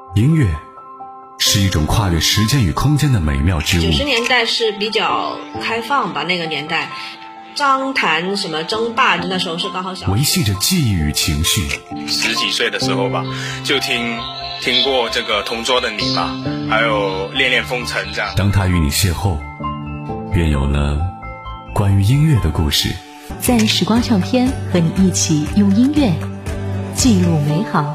音乐是一种跨越时间与空间的美妙之物。 90年代是比较开放吧，那个年代张谈什么争霸，那时候是刚好小， 维系着记忆与情绪。 10几岁的时候吧，就听过这个同桌的你吧，还有恋恋风尘这样。 当他与你邂逅，便有了关于音乐的故事。 在时光唱片和你一起用音乐记录美好。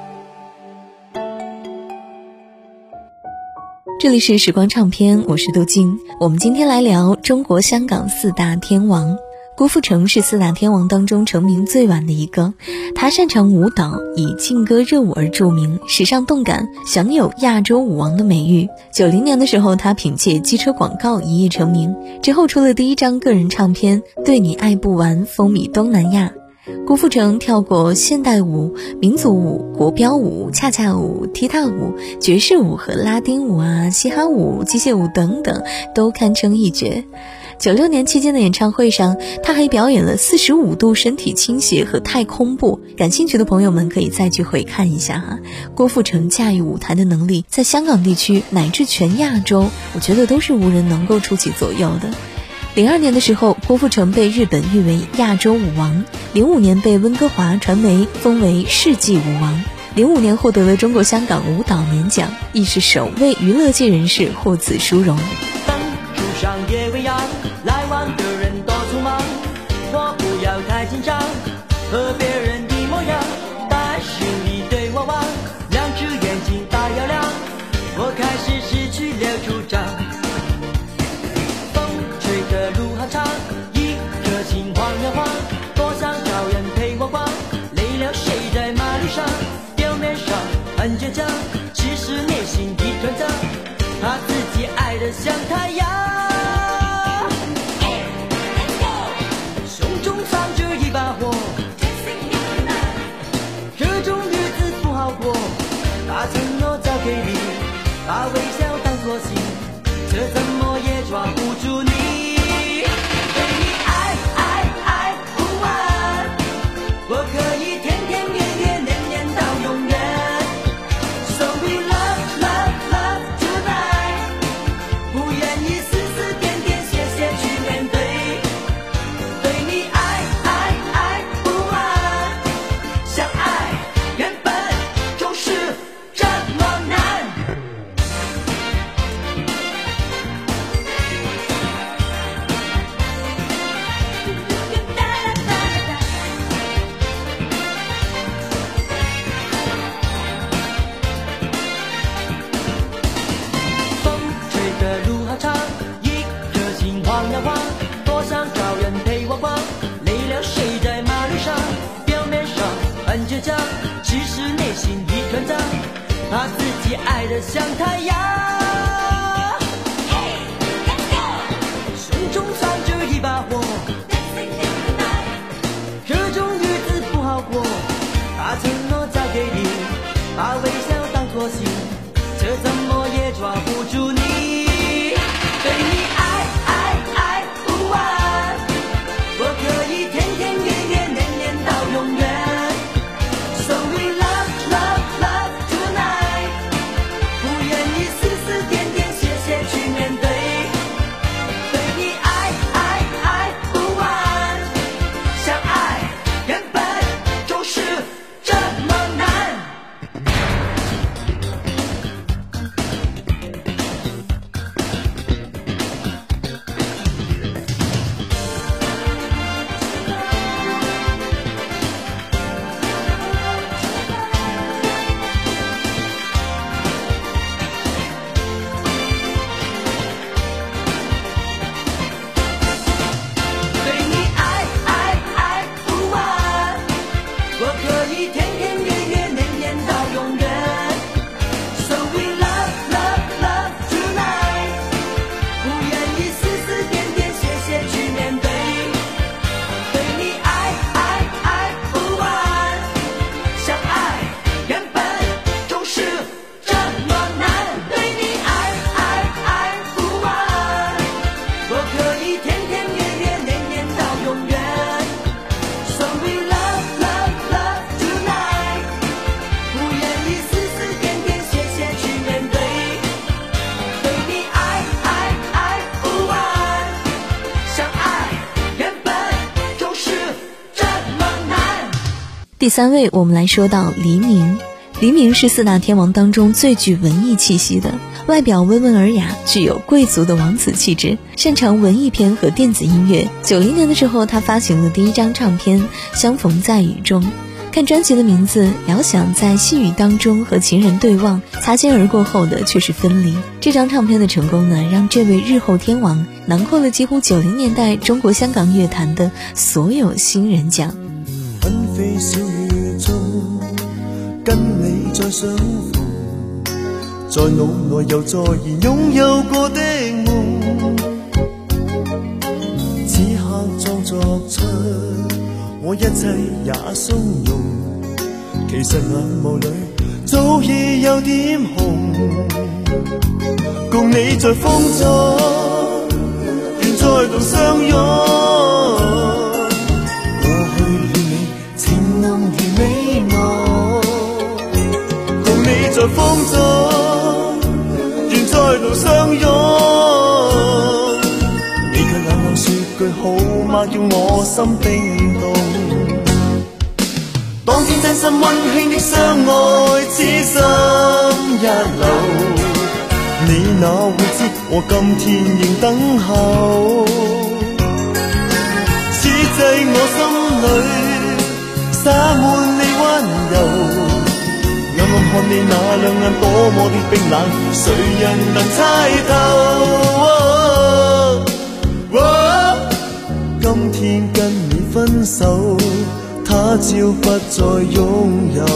这里是时光唱片，我是杜静。我们今天来聊中国香港4大天王。郭富城是4大天王当中成名最晚的一个，他擅长舞蹈，以劲歌热舞而著名，时尚动感，享有亚洲舞王的美誉。90年的时候，他凭借机车广告一夜成名，之后出了第1张个人唱片《对你爱不完》，风靡东南亚。郭富城跳过现代舞、民族舞、国标舞、恰恰舞、踢踏舞、爵士舞和拉丁舞嘻哈舞、机械舞等等，都堪称一绝。96年期间的演唱会上，他还表演了45度身体倾斜和太空步，感兴趣的朋友们可以再去回看一下郭富城驾驭舞台的能力，在香港地区乃至全亚洲，我觉得都是无人能够出其左右的。02年的时候，郭富城被日本誉为亚洲舞王，05年被温哥华传媒封为世纪舞王，05年获得了中国香港舞蹈年奖，亦是首位娱乐界人士获此殊荣。 树上也未央，来往的人多匆忙，我不要太紧张，和别人一模样，但是你对我望，两只眼睛大又亮，我开始失去了主张。风吹的路好长，一颗心晃呀晃，多想找人陪我逛，累了睡在马路上，表面上很倔强，其实内心一团糟，怕自己爱得像太阳。把承诺交给你，把微笑当作信，这怎么也抓不住你。对你爱不完，我可以天天月月年年到永远。So we love tonight， 不愿意丝丝点点谢谢去面对。对你爱不完，相爱原本就是这么难。风吹的路好长，一颗心晃呀晃，多想找人陪我逛，累了睡在马路上，表面上很倔强，其实内心一团糟，怕自己爱得像太阳。胸中藏着一把火，这种日子不好过，把承诺交给你，把微笑当作信，这怎么也抓不住你。对你爱不完，我可以天天月月年年到永远。So we love tonight， 不愿意丝丝点点谢谢去面对。对你爱第3位，我们来说到黎明。黎明是4大天王当中最具文艺气息的，外表温文尔雅，具有贵族的王子气质，擅长文艺片和电子音乐。90年的时候，他发行了第1张唱片《相逢在雨中》。看专辑的名字，遥想在细雨当中和情人对望，擦肩而过后的却是分离。这张唱片的成功呢，让这位日后天王囊括了几乎90年代中国香港乐坛的所有新人奖。 纷飞小雨中，跟你再相逢，在腦內又再現擁有過的夢，此刻裝作出我一切也鬆容，其實眼眸裏早已有點紅，共你在風中願再度相擁，過去與你情濃如美夢，共你在風中願再度相擁，你卻冷冷說句好嗎，叫我心冰凍。當天真心溫馨的相愛，此心一路，你哪會知我今天仍等候？此際我心裏灑滿你溫柔，暗暗看你那兩眼多麼的冰冷，誰人能猜透？今天跟你分手，他朝不再擁有。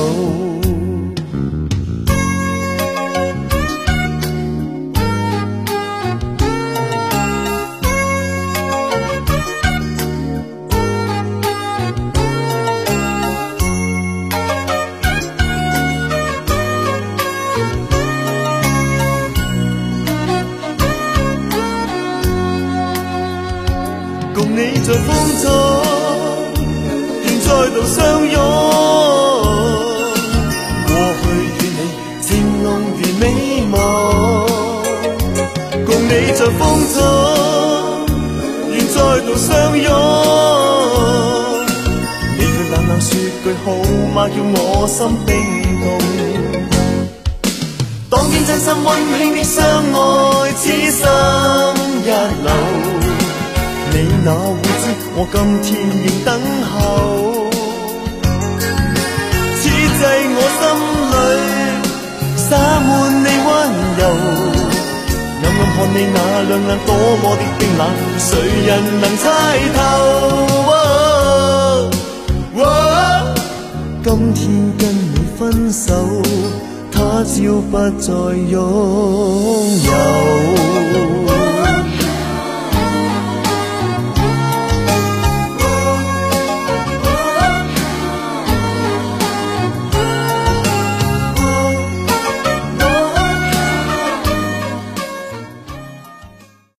共你在風中再度相擁，過去與你情濃如美夢，共你在風中願再度相擁，你卻冷冷說句好嗎，叫我心冰凍。當天真心溫馨的相愛，此心一路，你哪會知我今天仍等候？此際我心裏灑滿你溫柔，暗暗看你那兩眼多麼的冰冷，誰人能猜透？今天跟你分手，他朝不再擁有。